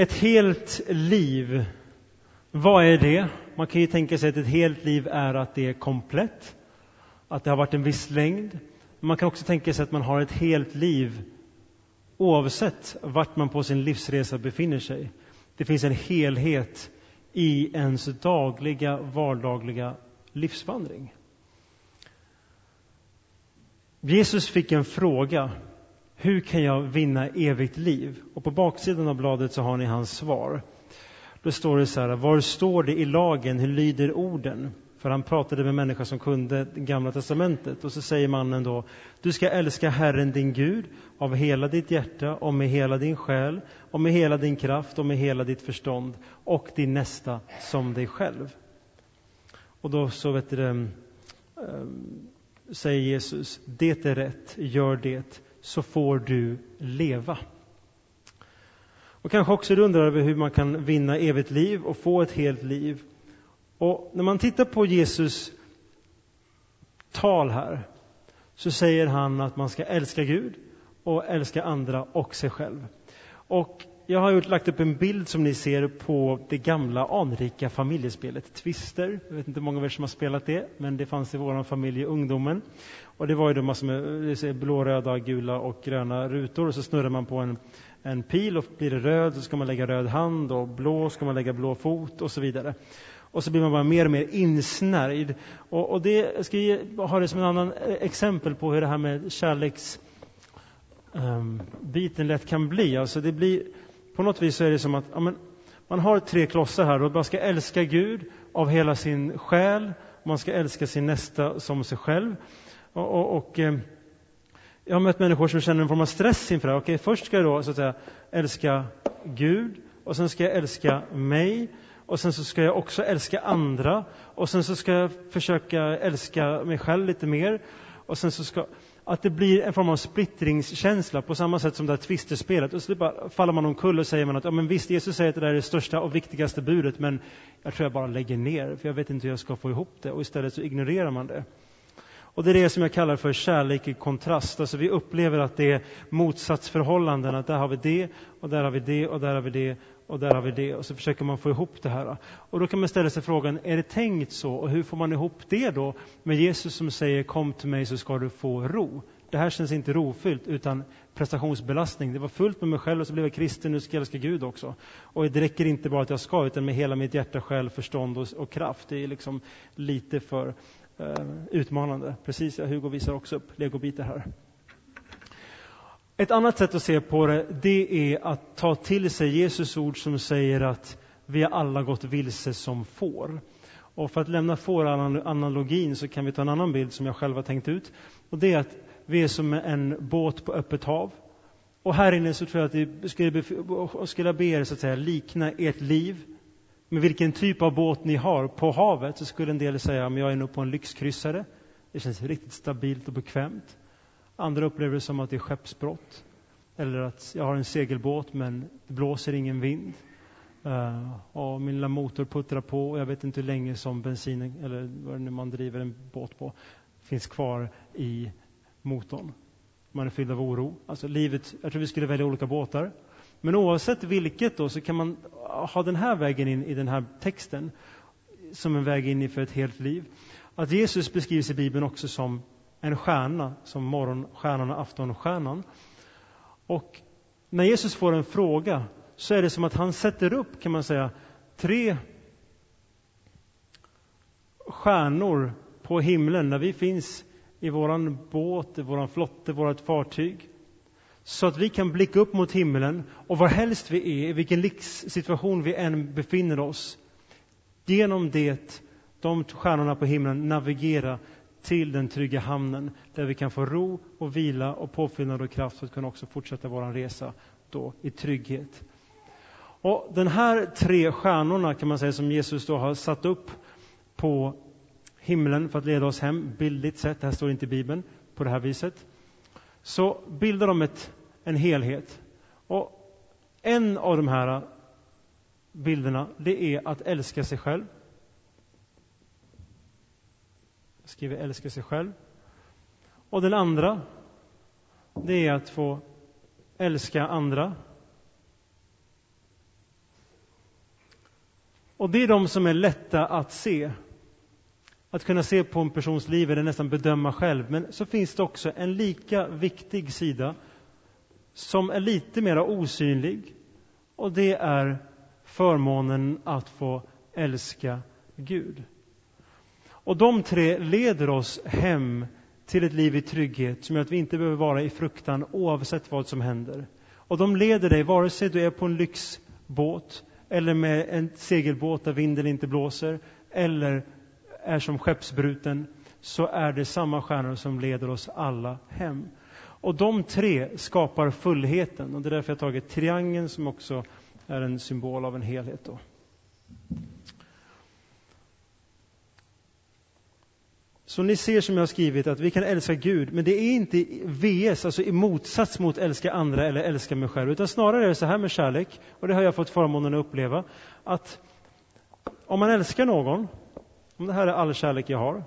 Ett helt liv, vad är det? Man kan ju tänka sig att ett helt liv är att det är komplett, att det har varit en viss längd. Man kan också tänka sig att man har ett helt liv oavsett vart man på sin livsresa befinner sig. Det finns en helhet i ens dagliga, vardagliga livsvandring. Jesus fick en fråga: hur kan jag vinna evigt liv? Och på baksidan av bladet så har ni hans svar. Då står det så här: var står det i lagen, hur lyder orden? För han pratade med människor som kunde det gamla testamentet. Och så säger mannen då: du ska älska Herren din Gud av hela ditt hjärta och med hela din själ och med hela din kraft och med hela ditt förstånd och din nästa som dig själv. Och då så säger Jesus: det är rätt, gör det, så får du leva. Och kanske också du undrar över hur man kan vinna evigt liv och få ett helt liv. Och när man tittar på Jesus tal här så säger han att man ska älska Gud och älska andra och sig själv. Och jag har lagt upp en bild som ni ser på det gamla anrika familjespelet Twister. Jag vet inte hur många av er som har spelat det, men det fanns i vår familj i ungdomen. Och det var ju då massor med blå, röda, gula och gröna rutor. Och så snurrar man på en pil och blir det röd så ska man lägga röd hand, och blå ska man lägga blå fot och så vidare. Och så blir man bara mer och mer insnärjd. Och det jag ska ha det som en annan exempel på hur det här med kärleksbiten lätt kan bli. Alltså det blir, på något vis så är det som att man har 3 klossar här, och man ska älska Gud av hela sin själ. Man ska älska sin nästa som sig själv. Och jag har mött människor som känner en form av stress inför det. Okej, först ska jag då så att säga älska Gud, och sen ska jag älska mig, och sen så ska jag också älska andra, och sen så ska jag försöka älska mig själv lite mer, och sen så ska att det blir en form av splittringskänsla på samma sätt som det här twisterspelet. Och så bara faller man omkull och säger man att men visst, Jesus säger att det där är det största och viktigaste budet, men jag tror jag bara lägger ner, för jag vet inte hur jag ska få ihop det, och istället så ignorerar man det. Och det är det som jag kallar för kärlek i kontrast. Alltså vi upplever att det är motsatsförhållanden, att där har vi det, och där har vi det, och där har vi det, och där har vi det. Och så försöker man få ihop det här. Och då kan man ställa sig frågan, är det tänkt så? Och hur får man ihop det då med Jesus som säger: kom till mig så ska du få ro? Det här känns inte rofyllt utan prestationsbelastning. Det var fullt med mig själv och så blev jag kristen, nu ska jag älska Gud också. Och det räcker inte bara att jag ska, utan med hela mitt hjärta, själ, förstånd och kraft. Det är liksom lite för utmanande. Precis, Hugo visar också upp legobitar här. Ett annat sätt att se på det är att ta till sig Jesus ord som säger att vi har alla gått vilse som får. Och för att lämna fåranalogin så kan vi ta en annan bild som jag själv har tänkt ut. Och det är att vi är som en båt på öppet hav. Och här inne så tror jag att det skulle be er så att säga likna ert liv med vilken typ av båt ni har på havet. Så skulle en del säga att jag är nog på en lyxkryssare. Det känns riktigt stabilt och bekvämt. Andra upplever det som att det är skeppsbrott. Eller att jag har en segelbåt men det blåser ingen vind. Och min lilla motor puttrar på. Och jag vet inte hur länge som bensin eller vad det nu man driver en båt på finns kvar i motorn. Man är fylld av oro. Alltså livet, jag tror vi skulle välja olika båtar. Men oavsett vilket då så kan man ha den här vägen in i den här texten som en väg in i för ett helt liv. Att Jesus beskrivs i Bibeln också som en stjärna, som morgonstjärnan och aftonstjärnan. Och när Jesus får en fråga så är det som att han sätter upp, kan man säga, 3 stjärnor på himlen när vi finns i våran båt, i våran flotte, vårat fartyg. Så att vi kan blicka upp mot himlen och var helst vi är, i vilken livssituation vi än befinner oss. Genom det, de stjärnorna på himlen, navigera till den trygga hamnen där vi kan få ro och vila och påfyllnad och kraft för att kunna också fortsätta vår resa då i trygghet. Och den här 3 stjärnorna kan man säga som Jesus då har satt upp på himlen för att leda oss hem, bildligt sett, det här står inte i Bibeln på det här viset, så bildar de en helhet. Och en av de här bilderna, det är att älska sig själv. Jag skriver älska sig själv. Och den andra, det är att få älska andra. Och det är de som är lätta att se. Att kunna se på en persons liv eller nästan bedöma själv. Men så finns det också en lika viktig sida som är lite mer osynlig. Och det är förmånen att få älska Gud. Och de tre leder oss hem till ett liv i trygghet som gör att vi inte behöver vara i fruktan oavsett vad som händer. Och de leder dig vare sig du är på en lyxbåt eller med en segelbåt där vinden inte blåser eller är som skeppsbruten, så är det samma stjärnor som leder oss alla hem. Och de tre skapar fullheten, och det är därför jag har tagit triangeln som också är en symbol av en helhet då. Så ni ser som jag har skrivit att vi kan älska Gud, men det är inte VS, alltså i motsats mot älska andra eller älska mig själv, utan snarare är det så här med kärlek, och det har jag fått förmånen att uppleva, att om man älskar någon, om det här är all kärlek jag har,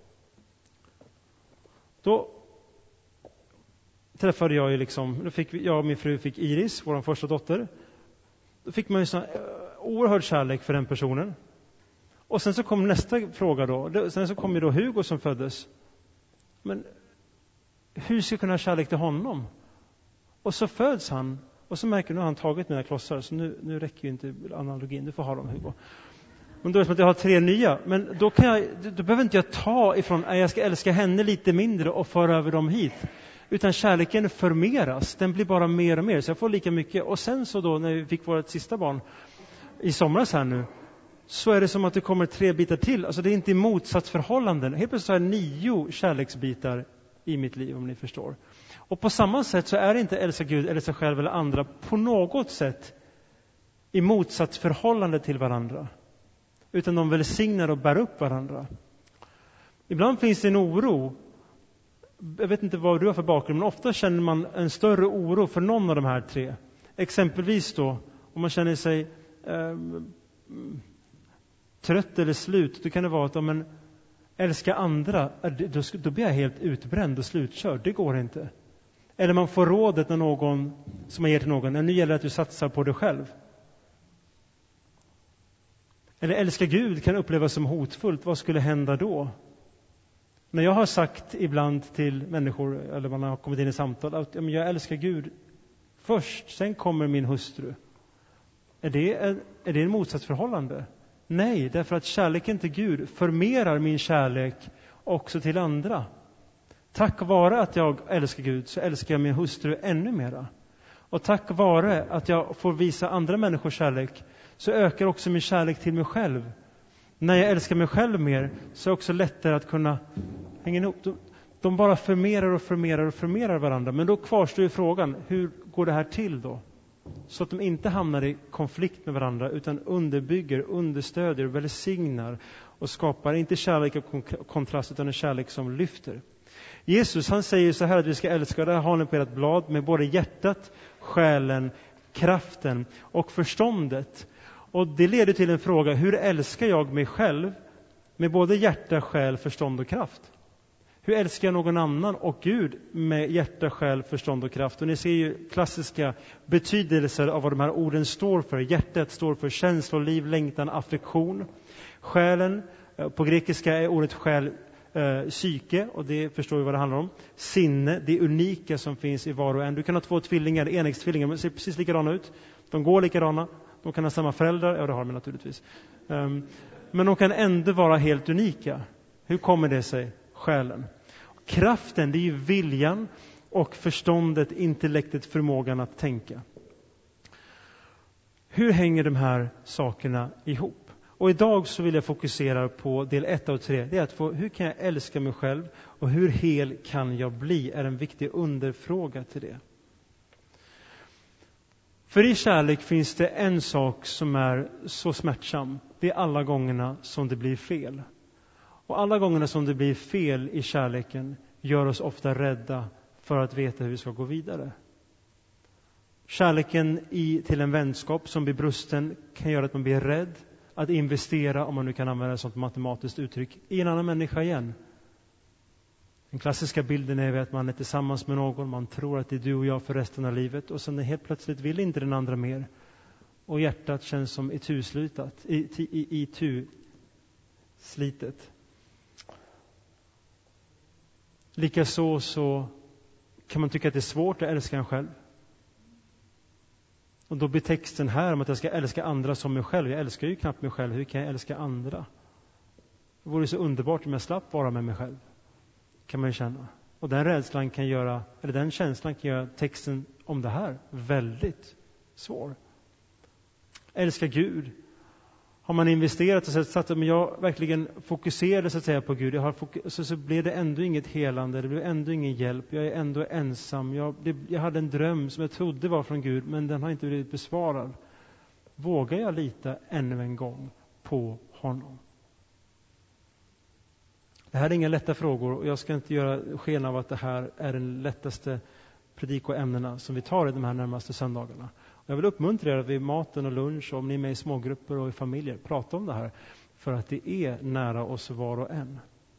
då träffade jag ju då fick jag och min fru fick Iris, vår första dotter. Då fick man ju sån oerhörd kärlek för den personen. Och sen så kom nästa fråga då. Sen så kom ju då Hugo som föddes. Men hur ska jag kunna ha kärlek till honom? Och så föds han. Och så märker nu har han tagit mina klossar. Så nu räcker ju inte analogin. Du får ha dem, Hugo. Men då är det som att jag har 3 nya. Men då behöver inte jag ta ifrån att jag ska älska henne lite mindre och föra över dem hit. Utan kärleken förmeras. Den blir bara mer och mer. Så jag får lika mycket. Och sen så då när vi fick vårt sista barn i somras här nu, så är det som att det kommer 3 bitar till. Alltså det är inte i motsatsförhållanden. Helt plötsligt har jag 9 kärleksbitar i mitt liv, om ni förstår. Och på samma sätt så är det inte älska Gud eller sig själv eller andra på något sätt i motsatsförhållande till varandra. Utan de välsignar och bär upp varandra. Ibland finns det en oro. Jag vet inte vad du har för bakgrund, men ofta känner man en större oro för någon av de här 3. Exempelvis då, om man känner sig trött eller slut, då kan det vara att om man älskar andra, då blir jag helt utbränd och slutkörd. Det går inte. Eller man får rådet när någon som man ger till någon, nu gäller det att du satsar på dig själv. Eller älska Gud kan upplevas som hotfullt. Vad skulle hända då? När jag har sagt ibland till människor, eller man har kommit in i samtal, att jag älskar Gud först, sen kommer min hustru. Är det en motsatsförhållande? Nej, därför att kärleken till Gud förmerar min kärlek också till andra. Tack vare att jag älskar Gud så älskar jag min hustru ännu mera. Och tack vare att jag får visa andra människor kärlek så ökar också min kärlek till mig själv. När jag älskar mig själv mer så är det också lättare att kunna hänga ihop. De bara förmerar varandra. Men då kvarstår ju frågan, hur går det här till då? Så att de inte hamnar i konflikt med varandra utan underbygger, understödjer, välsignar och skapar inte kärlek och kontrast utan en kärlek som lyfter. Jesus han säger så här att vi ska älska, där har ni på ert blad, med både hjärtat, själen, kraften och förståndet. Och det leder till en fråga, hur älskar jag mig själv med både hjärta, själ, förstånd och kraft? Hur älskar jag någon annan och Gud med hjärta, själ, förstånd och kraft? Och ni ser ju klassiska betydelser av vad de här orden står för. Hjärtat står för känslor, liv, längtan, affektion. Själen, på grekiska är ordet själ psyke, och det förstår vi vad det handlar om. Sinne, det unika som finns i var och en. Du kan ha 2 tvillingar, enäggstvillingar, men ser precis likadana ut. De går likadana, de kan ha samma föräldrar, ja det har de naturligtvis. Men de kan ändå vara helt unika. Hur kommer det sig? Själen. Kraften, det är ju viljan, och förståndet, intellektet, förmågan att tänka. Hur hänger de här sakerna ihop? Och idag så vill jag fokusera på del 1 av 3. Det är att hur kan jag älska mig själv och hur hel kan jag bli? Är en viktig underfråga till det. För i kärlek finns det en sak som är så smärtsam. Det är alla gångerna som det blir fel. Och alla gångerna som det blir fel i kärleken gör oss ofta rädda för att veta hur vi ska gå vidare. Kärleken till en vänskap som blir brusten kan göra att man blir rädd att investera, om man nu kan använda ett sånt matematiskt uttryck, i en annan människa igen. Den klassiska bilden är att man är tillsammans med någon, man tror att det är du och jag för resten av livet, och sen helt plötsligt vill inte den andra mer. och hjärtat känns som ituslitet. Likaså så kan man tycka att det är svårt att älska en själv. Och då blir texten här om att jag ska älska andra som mig själv. Jag älskar ju knappt mig själv. Hur kan jag älska andra? Det vore så underbart om jag slapp vara med mig själv. Kan man ju känna. Och den rädslan kan göra, eller den känslan kan göra texten om det här väldigt svår. Älska Gud. Har man investerat och sagt att jag verkligen fokuserade så att säga på Gud. Så blir det ändå inget helande. Det blir ändå ingen hjälp. Jag är ändå ensam. Jag hade en dröm som jag trodde var från Gud. Men den har inte blivit besvarad. Vågar jag lita ännu en gång på honom? Det här är inga lätta frågor. Och jag ska inte göra sken av att det här är den lättaste predikoämnena som vi tar i de här närmaste söndagarna. Jag vill uppmuntra er vid maten och lunch, om ni är med i smågrupper och i familjer, prata om det här. För att det är nära oss var och en.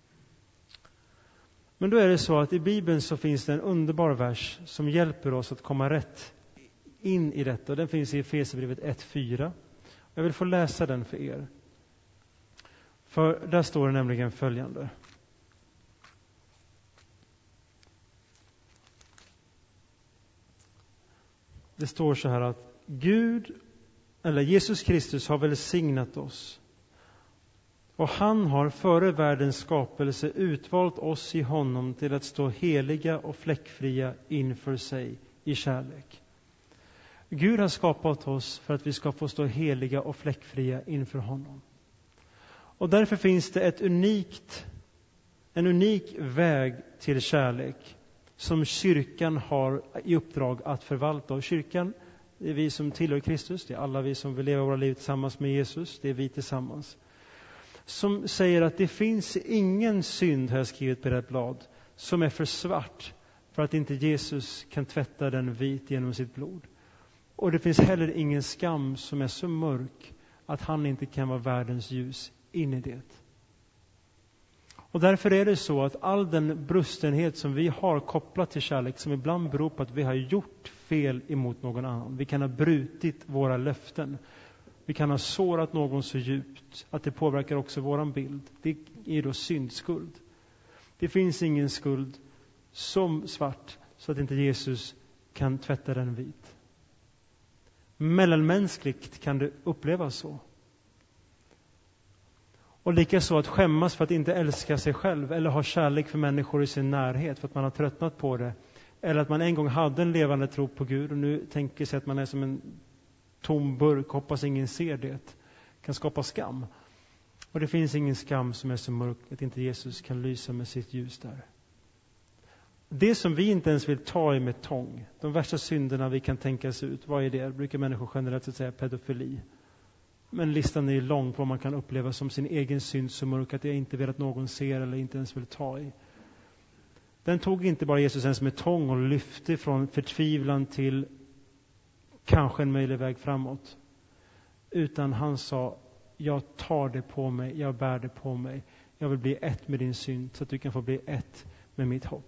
Men då är det så att i Bibeln så finns det en underbar vers som hjälper oss att komma rätt in i detta. Och den finns i Efesierbrevet 1:4. Jag vill få läsa den för er. För där står det nämligen följande. Det står så här att Jesus Kristus har välsignat oss. Och han har före världens skapelse utvalt oss i honom till att stå heliga och fläckfria inför sig i kärlek. Gud har skapat oss för att vi ska få stå heliga och fläckfria inför honom. Och därför finns det en unik väg till kärlek som kyrkan har i uppdrag att förvalta. Och kyrkan, det är vi som tillhör Kristus. Det är alla vi som vill leva våra liv tillsammans med Jesus. Det är vi tillsammans. Som säger att det finns ingen synd, har jag skrivit på det här blad, som är för svart för att inte Jesus kan tvätta den vit genom sitt blod. Och det finns heller ingen skam som är så mörk att han inte kan vara världens ljus in i det. Och därför är det så att all den brustenhet som vi har kopplat till kärlek, som ibland beror på att vi har gjort fel emot någon annan. Vi kan ha brutit våra löften. Vi kan ha sårat någon så djupt att det påverkar också våran bild. Det är då syndskuld. Det finns ingen skuld som svart så att inte Jesus kan tvätta den vit. Mellanmänskligt kan det upplevas så. Och likaså att skämmas för att inte älska sig själv eller ha kärlek för människor i sin närhet för att man har tröttnat på det. Eller att man en gång hade en levande tro på Gud och nu tänker sig att man är som en tom burk, hoppas ingen ser det. Kan skapa skam. Och det finns ingen skam som är så mörk att inte Jesus kan lysa med sitt ljus där. Det som vi inte ens vill ta i med tång, de värsta synderna vi kan tänka oss ut, vad är det? Brukar människor generellt säga pedofili. Men listan är lång på vad man kan uppleva som sin egen synd så mörk att jag inte vill att någon ser eller inte ens vill ta i. Den tog inte bara Jesus ens med tång och lyfte från förtvivlan till kanske en möjlig väg framåt. Utan han sa, jag tar det på mig, jag bär det på mig. Jag vill bli ett med din synd så att du kan få bli ett med mitt hopp.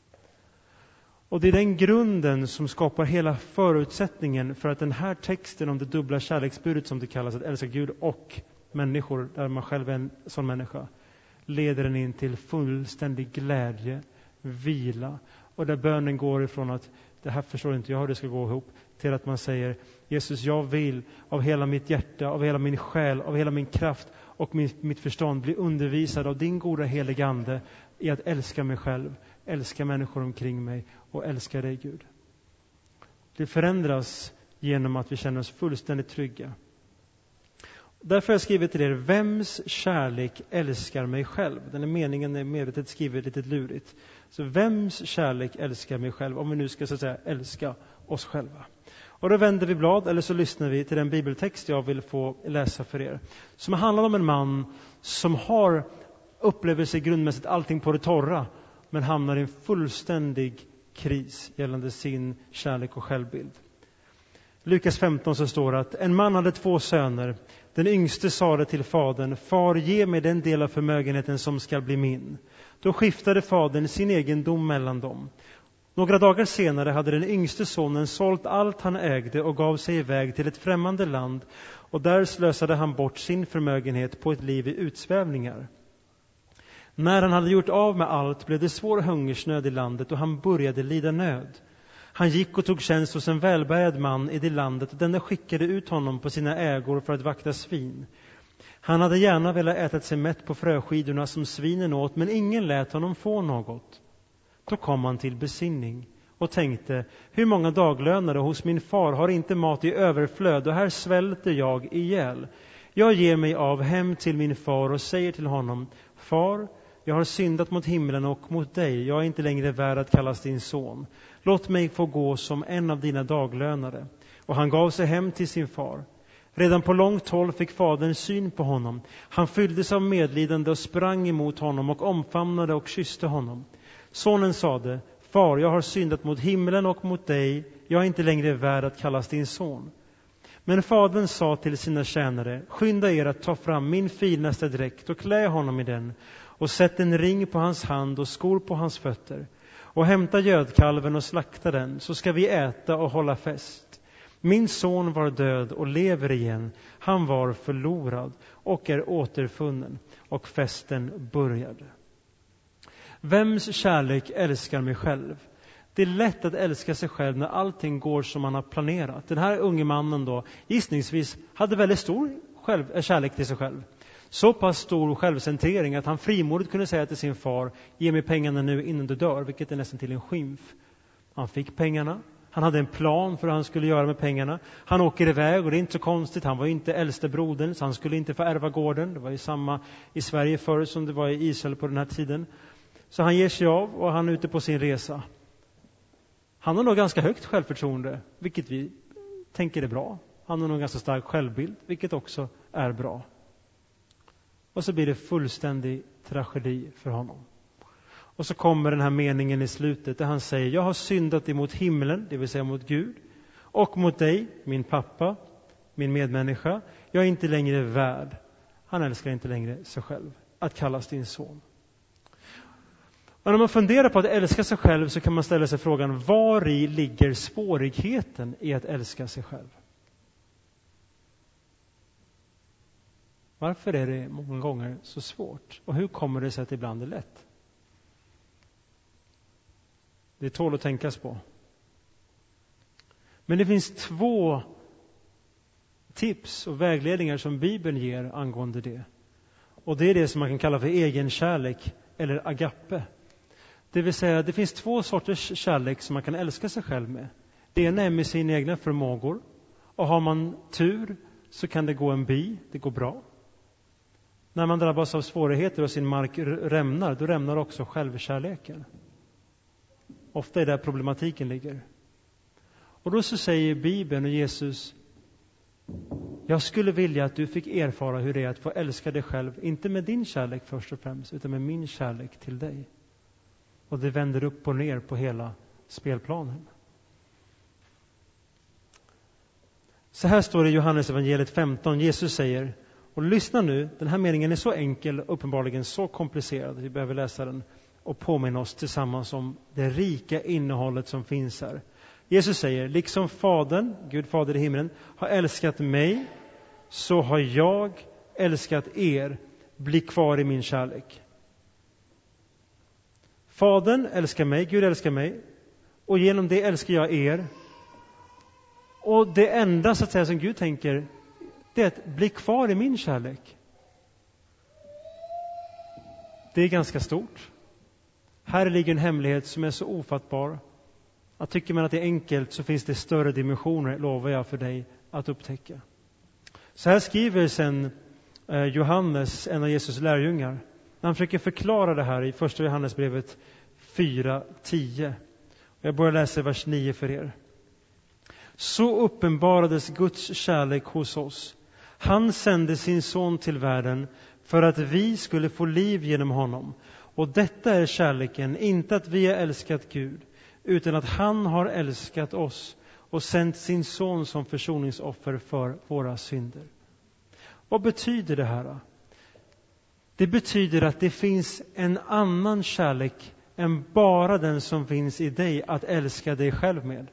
Och det är den grunden som skapar hela förutsättningen för att den här texten om det dubbla kärleksbudet som det kallas, att älska Gud och människor, där man själv är en sån människa, leder den in till fullständig glädje, vila. Och där bönen går ifrån att det här förstår inte jag hur det ska gå ihop, till att man säger, Jesus, jag vill av hela mitt hjärta, av hela min själ, av hela min kraft och mitt förstånd bli undervisad av din goda helige ande i att älska mig själv, älska människor omkring mig och älska dig, Gud. Det förändras genom att vi känner oss fullständigt trygga. Därför har jag skrivit till er, vems kärlek älskar mig själv? Den här meningen är medvetet skriven lite lurigt. Så vems kärlek älskar mig själv? Om vi nu ska så att säga älska oss själva. Och då vänder vi blad, eller så lyssnar vi till den bibeltext jag vill få läsa för er. Som handlar om en man som har upplevelse grundmässigt allting på det torra, men hamnar i en fullständig kris gällande sin kärlek och självbild. Lukas 15 så står det att en man hade 2 söner. Den yngste sade till fadern, far, ge mig den del av förmögenheten som ska bli min. Då skiftade fadern sin egendom mellan dem. Några dagar senare hade den yngste sonen sålt allt han ägde och gav sig iväg till ett främmande land, och där slösade han bort sin förmögenhet på ett liv i utsvävningar. När han hade gjort av med allt blev det svår hungersnöd i landet och han började lida nöd. Han gick och tog tjänst hos en välbärgad man i det landet, och denne skickade ut honom på sina ägor för att vakta svin. Han hade gärna velat äta sig mätt på fröskidorna som svinen åt, men ingen lät honom få något. Då kom han till besinning och tänkte: hur många daglönare hos min far har inte mat i överflöd, och här svälter jag ihjäl. Jag ger mig av hem till min far och säger till honom: Far, jag har syndat mot himlen och mot dig. Jag är inte längre värd att kallas din son. Låt mig få gå som en av dina daglönare. Och han gav sig hem till sin far. Redan på långt håll fick fadern syn på honom. Han fylldes av medlidande och sprang emot honom och omfamnade och kysste honom. Sonen sade: Far, jag har syndat mot himlen och mot dig. Jag är inte längre värd att kallas din son. Men fadern sa till sina tjänare: skynda er att ta fram min finaste dräkt och klä honom i den, och sätt en ring på hans hand och skor på hans fötter, och hämta gödkalven och slakta den, så ska vi äta och hålla fest. Min son var död och lever igen. Han var förlorad och är återfunnen. Och festen började. Vems kärlek älskar mig själv? Det är lätt att älska sig själv när allting går som man har planerat. Den här unge mannen då, gissningsvis, hade väldigt stor kärlek till sig själv. Så pass stor självcentrering att han frimodigt kunde säga till sin far: ge mig pengarna nu innan du dör, vilket är nästan till en skymf. Han fick pengarna. Han hade en plan för vad han skulle göra med pengarna. Han åker iväg, och det är inte så konstigt. Han var ju inte äldste brodern, så han skulle inte få ärva gården. Det var ju samma i Sverige förr som det var i Israel på den här tiden. Så han ger sig av och han är ute på sin resa. Han har nog ganska högt självförtroende, vilket vi tänker är bra. Han har nog ganska stark självbild, vilket också är bra. Och så blir det fullständig tragedi för honom. Och så kommer den här meningen i slutet där han säger: jag har syndat emot himlen, det vill säga mot Gud, och mot dig, min pappa, min medmänniska. Jag är inte längre värd. Han älskar inte längre sig själv att kallas din son. Och när man funderar på att älska sig själv så kan man ställa sig frågan: var i ligger svårigheten i att älska sig själv? Varför är det många gånger så svårt? Och hur kommer det sig att det ibland är lätt? Det tål att tänkas på. Men det finns 2 tips och vägledningar som Bibeln ger angående det. Och det är det som man kan kalla för egenkärlek eller agape. Det vill säga, det finns 2 sorters kärlek som man kan älska sig själv med. Det ena är med sina egna förmågor. Och har man tur så kan det gå en bi, det går bra. När man drabbas av svårigheter och sin mark rämnar, då rämnar också självkärleken. Ofta är där problematiken ligger. Och då så säger Bibeln och Jesus: jag skulle vilja att du fick erfara hur det är att få älska dig själv, inte med din kärlek först och främst, utan med min kärlek till dig. Och det vänder upp och ner på hela spelplanen. Så här står det i Johannes evangeliet 15. Jesus säger, och lyssna nu, den här meningen är så enkel, uppenbarligen så komplicerad, vi behöver läsa den och påminna oss tillsammans om det rika innehållet som finns här. Jesus säger: liksom Fadern, Gud fader i himlen, har älskat mig, så har jag älskat er. Bli kvar i min kärlek. Fadern älskar mig, Gud älskar mig, och genom det älskar jag er. Och det enda så att säga som Gud tänker, det är att bli kvar i min kärlek. Det är ganska stort. Här ligger en hemlighet som är så ofattbar att tycker man att det är enkelt så finns det större dimensioner, lovar jag för dig att upptäcka. Så här skriver sen Johannes, en av Jesus lärjungar, när han försöker förklara det här i första Johannesbrevet 4:10. Jag börjar läsa vers 9 för er. Så uppenbarades Guds kärlek hos oss. Han sände sin son till världen för att vi skulle få liv genom honom. Och detta är kärleken, inte att vi har älskat Gud, utan att han har älskat oss och sänt sin son som försoningsoffer för våra synder. Vad betyder det här? Det betyder att det finns en annan kärlek än bara den som finns i dig att älska dig själv med.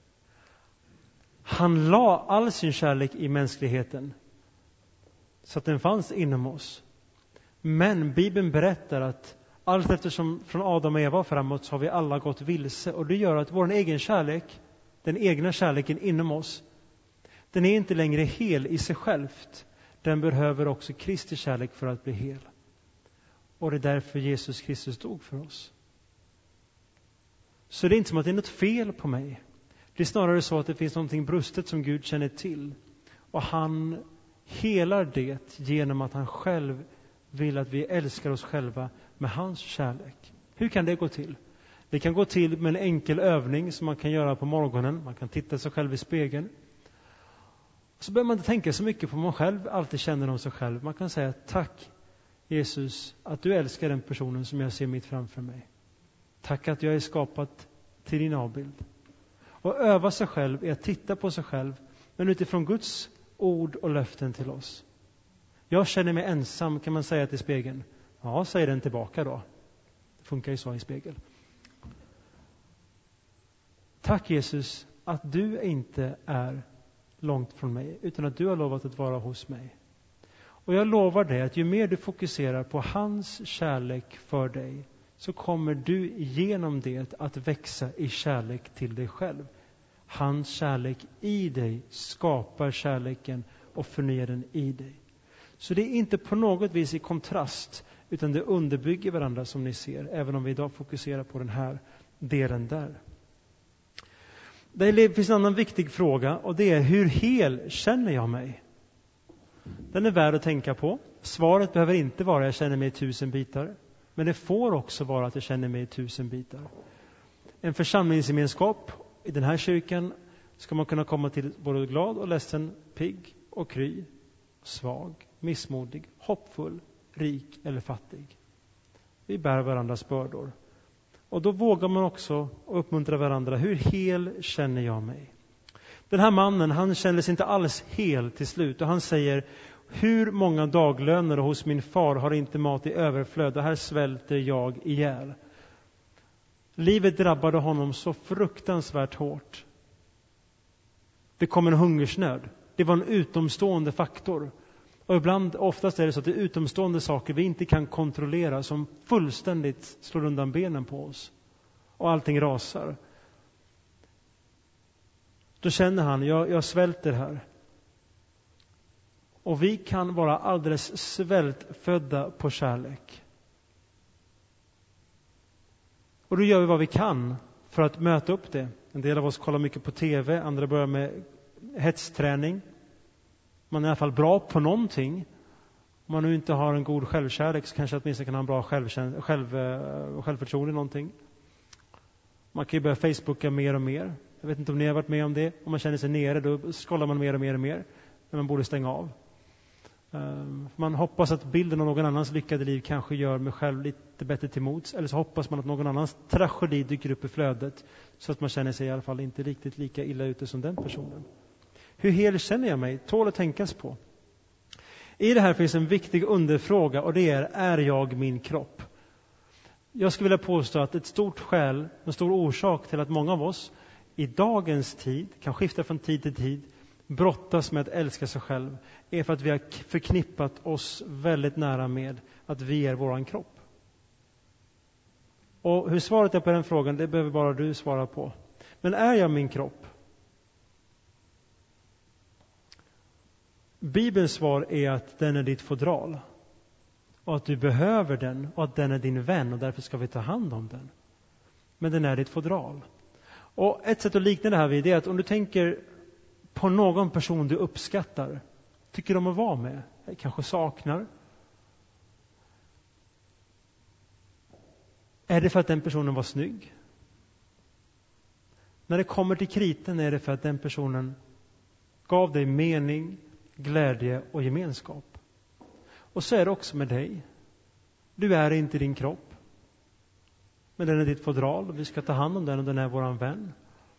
Han la all sin kärlek i mänskligheten så att den fanns inom oss. Men Bibeln berättar att allt eftersom från Adam och Eva framåt så har vi alla gått vilse. Och det gör att vår egen kärlek, den egna kärleken inom oss, den är inte längre hel i sig självt. Den behöver också Kristi kärlek för att bli hel. Och det är därför Jesus Kristus dog för oss. Så det är inte som att det är något fel på mig. Det är snarare så att det finns någonting brustet som Gud känner till. Och han helar det genom att han själv vill att vi älskar oss själva med hans kärlek. Hur kan det gå till? Det kan gå till med en enkel övning som man kan göra på morgonen. Man kan titta sig själv i spegeln. Så behöver man inte tänka så mycket på vad man själv alltid känner om sig själv. Man kan säga tack Jesus att du älskar den personen som jag ser mitt framför mig. Tack att jag är skapat till din avbild. Och öva sig själv är att titta på sig själv, men utifrån Guds ord och löften till oss. Jag känner mig ensam, kan man säga till spegeln. Ja, säg den tillbaka då. Det funkar ju så i spegel. Tack Jesus att du inte är långt från mig, utan att du har lovat att vara hos mig. Och jag lovar dig att ju mer du fokuserar på hans kärlek för dig, så kommer du genom det att växa i kärlek till dig själv. Hans kärlek i dig skapar kärleken och förnyar den i dig. Så det är inte på något vis i kontrast, utan det underbygger varandra som ni ser, även om vi idag fokuserar på den här delen där. Det finns en annan viktig fråga, och det är hur hel känner jag mig? Den är värd att tänka på. Svaret behöver inte vara jag känner mig i 1000 bitar. Men det får också vara att jag känner mig i 1000 bitar. En församlingsgemenskap i den här kyrkan ska man kunna komma till både glad och ledsen, pigg och kry, svag, missmodig, hoppfull, rik eller fattig. Vi bär varandras bördor. Och då vågar man också uppmuntra varandra. Hur hel känner jag mig? Den här mannen, han kände sig inte alls hel till slut. Och han säger, hur många daglöner hos min far har inte mat i överflöd? Och här svälter jag ihjäl. Livet drabbade honom så fruktansvärt hårt. Det kom en hungersnöd. Det var en utomstående faktor. Och oftast är det så att det är utomstående saker vi inte kan kontrollera som fullständigt slår undan benen på oss. Och allting rasar. Då känner han, jag svälter här. Och vi kan vara alldeles svältfödda på kärlek. Och då gör vi vad vi kan för att möta upp det. En del av oss kollar mycket på tv, andra börjar med hetsträning. Man är i alla fall bra på någonting. Om man nu inte har en god självkärlek så kanske åtminstone kan ha en bra självförtroende i någonting. Man kan ju börja Facebooka mer och mer. Jag vet inte om ni har varit med om det. Om man känner sig nere, då scrollar man mer och mer och mer. Men man borde stänga av. Man hoppas att bilden av någon annans lyckade liv kanske gör mig själv lite bättre till mots. Eller så hoppas man att någon annans tragedi dyker upp i flödet. Så att man känner sig i alla fall inte riktigt lika illa ute som den personen. Hur hel känner jag mig? Tål att tänkas på. I det här finns en viktig underfråga, och det är jag min kropp? Jag skulle vilja påstå att ett stort skäl, en stor orsak till att många av oss i dagens tid, kan skifta från tid till tid, brottas med att älska sig själv, är för att vi har förknippat oss väldigt nära med att vi är våran kropp. Och hur svaret är på den frågan, det behöver bara du svara på. Men är jag min kropp? Bibelns svar är att den är ditt fodral. Och att du behöver den, och att den är din vän, och därför ska vi ta hand om den. Men den är ditt fodral. Och ett sätt att likna det här vid är att om du tänker på någon person du uppskattar, tycker om att vara med, kanske saknar. Är det för att den personen var snygg? När det kommer till kriten är det för att den personen gav dig mening, glädje och gemenskap. Och så är det också med dig. Du är inte din kropp. Men den är ditt fodral och vi ska ta hand om den, och den är våran vän.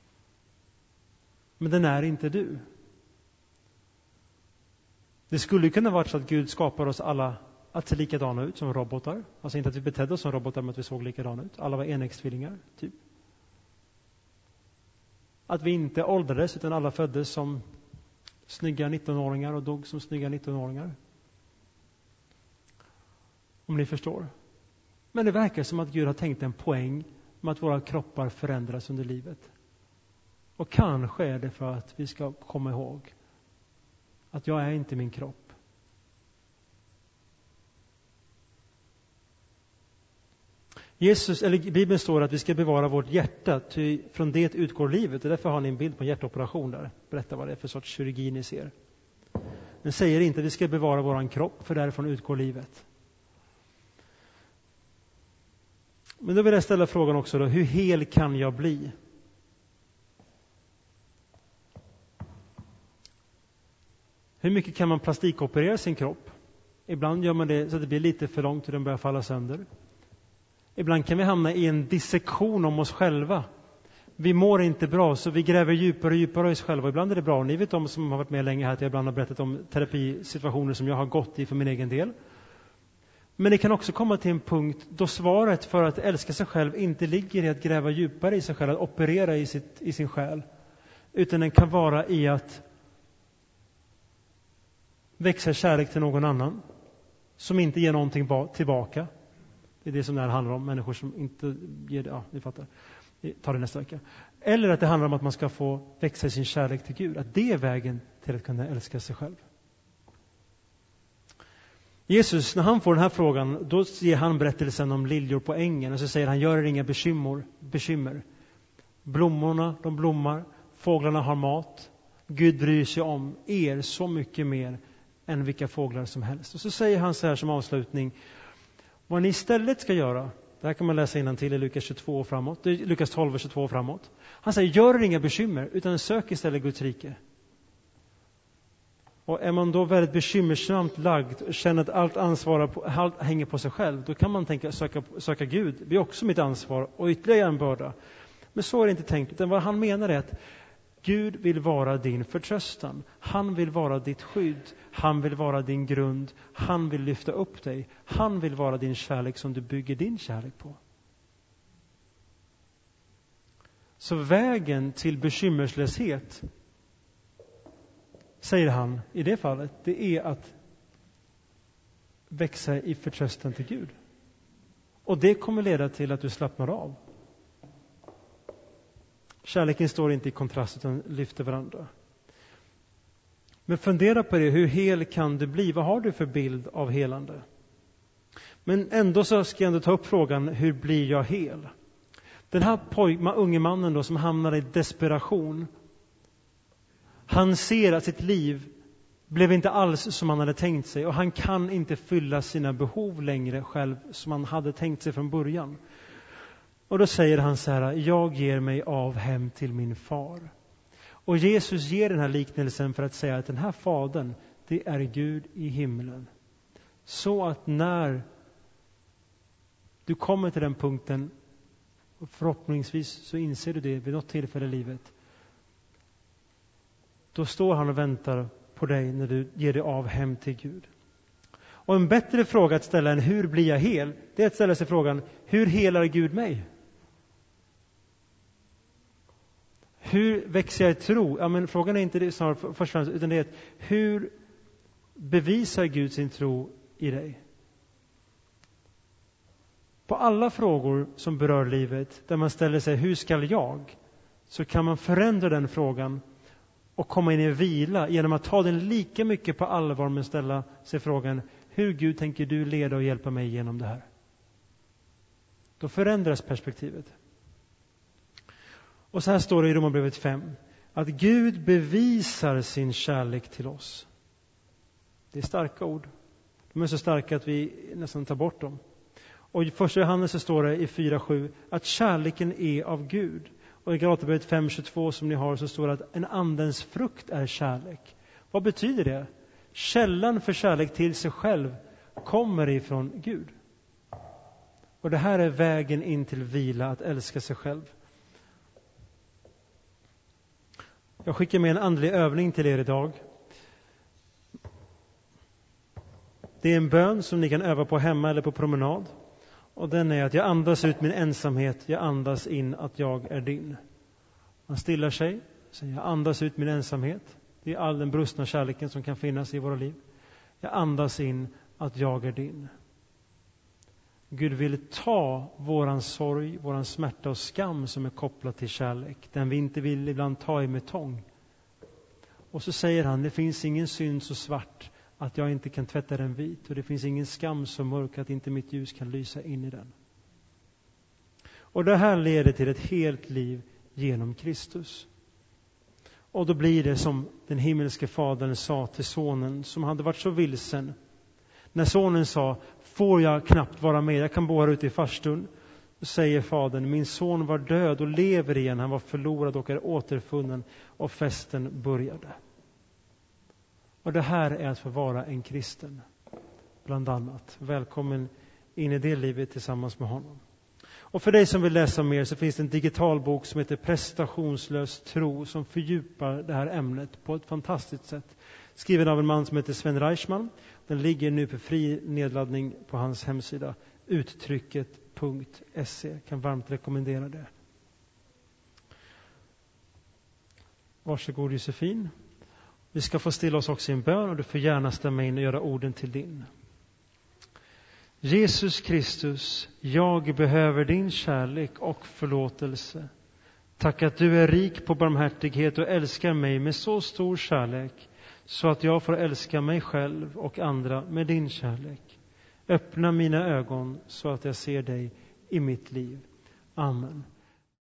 Men den är inte du. Det skulle kunna vara så att Gud skapar oss alla att se likadana ut som robotar. Alltså inte att vi betedde oss som robotar, men att vi såg likadana ut. Alla var enäggstvillingar, typ. Att vi inte åldrades, utan alla föddes som snygga 19-åringar och dog som snygga 19-åringar. Om ni förstår. Men det verkar som att Gud har tänkt en poäng med att våra kroppar förändras under livet. Och kanske är det för att vi ska komma ihåg att jag är inte min kropp. Bibeln står att vi ska bevara vårt hjärta, ty från det utgår livet. Och därför har ni en bild på en hjärtoperation där. Berätta vad det är för sorts kirurgi ni ser. Den säger inte att vi ska bevara våran kropp, för därifrån utgår livet. Men då vill jag ställa frågan också då, hur hel kan jag bli? Hur mycket kan man plastikoperera sin kropp? Ibland gör man det så att det blir lite för långt och den börjar falla sönder. Ibland kan vi hamna i en dissektion om oss själva. Vi mår inte bra, så vi gräver djupare och djupare i oss själva. Ibland är det bra. Ni vet de som har varit med länge här att jag ibland har berättat om terapisituationer som jag har gått i för min egen del. Men det kan också komma till en punkt då svaret för att älska sig själv inte ligger i att gräva djupare i sig själv, att operera i sin själ. Utan den kan vara i att växa kärlek till någon annan som inte ger någonting tillbaka. Det är det som det här handlar om. Människor som inte ger det. Ja, ni fattar. Vi tar det nästa vecka. Eller att det handlar om att man ska få växa i sin kärlek till Gud. Att det är vägen till att kunna älska sig själv. Jesus, när han får den här frågan, då ger han berättelsen om liljor på ängen. Och så säger han, gör er inga bekymmer. Blommorna, de blommar. Fåglarna har mat. Gud bryr sig om er så mycket mer än vilka fåglar som helst. Och så säger han så här som avslutning. Vad ni istället ska göra, det här kan man läsa innantill i Lukas 22 och framåt. Lukas 12 och 22 och framåt. Han säger, gör er inga bekymmer, utan sök istället Guds rike. Och är man då väldigt bekymmersamt lagd och känner att allt hänger på sig själv, då kan man tänka söka Gud. Det är också mitt ansvar och ytterligare en börda. Men så är det inte tänkt, utan vad han menar är att Gud vill vara din förtröstan. Han vill vara ditt skydd. Han vill vara din grund. Han vill lyfta upp dig. Han vill vara din kärlek som du bygger din kärlek på. Så vägen till bekymmerslöshet, säger han i det fallet, det är att växa i förtröstan till Gud. Och det kommer leda till att du slappnar av. Kärleken står inte i kontrast utan lyfter varandra. Men fundera på det, hur hel kan du bli? Vad har du för bild av helande? Men ändå så ska jag ändå ta upp frågan, hur blir jag hel? Den här unge mannen då som hamnar i desperation. Han ser att sitt liv blev inte alls som han hade tänkt sig. Och han kan inte fylla sina behov längre själv som han hade tänkt sig från början. Och då säger han så här, jag ger mig av hem till min far. Och Jesus ger den här liknelsen för att säga att den här fadern, det är Gud i himlen. Så att när du kommer till den punkten, och förhoppningsvis så inser du det vid något tillfälle i livet, då står han och väntar på dig när du ger dig av hem till Gud. Och en bättre fråga att ställa än hur blir jag hel, det är att ställa sig frågan, hur helar Gud mig? Hur växer jag i tro? Ja, men frågan är inte det snarare först och främst, utan det är att hur bevisar Gud sin tro i dig? På alla frågor som berör livet, där man ställer sig, hur ska jag? Så kan man förändra den frågan och komma in i vila genom att ta den lika mycket på allvar, men ställa sig frågan, hur Gud tänker du leda och hjälpa mig genom det här? Då förändras perspektivet. Och så här står det i Romarbrevet 5. Att Gud bevisar sin kärlek till oss. Det är starka ord. De är så starka att vi nästan tar bort dem. Och i första Johannes så står det i 4:7 att kärleken är av Gud. Och i Galaterbrevet 5:22 som ni har så står det att en andens frukt är kärlek. Vad betyder det? Källan för kärlek till sig själv kommer ifrån Gud. Och det här är vägen in till vila, att älska sig själv. Jag skickar med en andlig övning till er idag. Det är en bön som ni kan öva på hemma eller på promenad. Och den är att jag andas ut min ensamhet, jag andas in att jag är din. Man stillar sig, säger jag andas ut min ensamhet. Det är all den brustna kärleken som kan finnas i våra liv. Jag andas in att jag är din. Gud vill ta våran sorg, våran smärta och skam som är kopplad till kärlek. Den vi inte vill ibland ta i med tång. Och så säger han, det finns ingen synd så svart att jag inte kan tvätta den vit. Och det finns ingen skam så mörk att inte mitt ljus kan lysa in i den. Och det här leder till ett helt liv genom Kristus. Och då blir det som den himmelske fadern sa till sonen som hade varit så vilsen. När sonen sa, får jag knappt vara med, jag kan bo här ute i farstun. Då säger fadern, min son var död och lever igen, han var förlorad och är återfunnen och festen började. Och det här är att få vara en kristen, bland annat. Välkommen in i det livet tillsammans med honom. Och för dig som vill läsa mer så finns det en digital bok som heter Prestationslös tro som fördjupar det här ämnet på ett fantastiskt sätt. Skriven av en man som heter Sven Reichman. Den ligger nu för fri nedladdning på hans hemsida uttrycket.se. Kan varmt rekommendera det. Varsågod Josefin. Vi ska få stilla oss också i en bön och du får gärna stämma in och göra orden till din. Jesus Kristus, jag behöver din kärlek och förlåtelse. Tack att du är rik på barmhärtighet och älskar mig med så stor kärlek så att jag får älska mig själv och andra med din kärlek. Öppna mina ögon så att jag ser dig i mitt liv. Amen.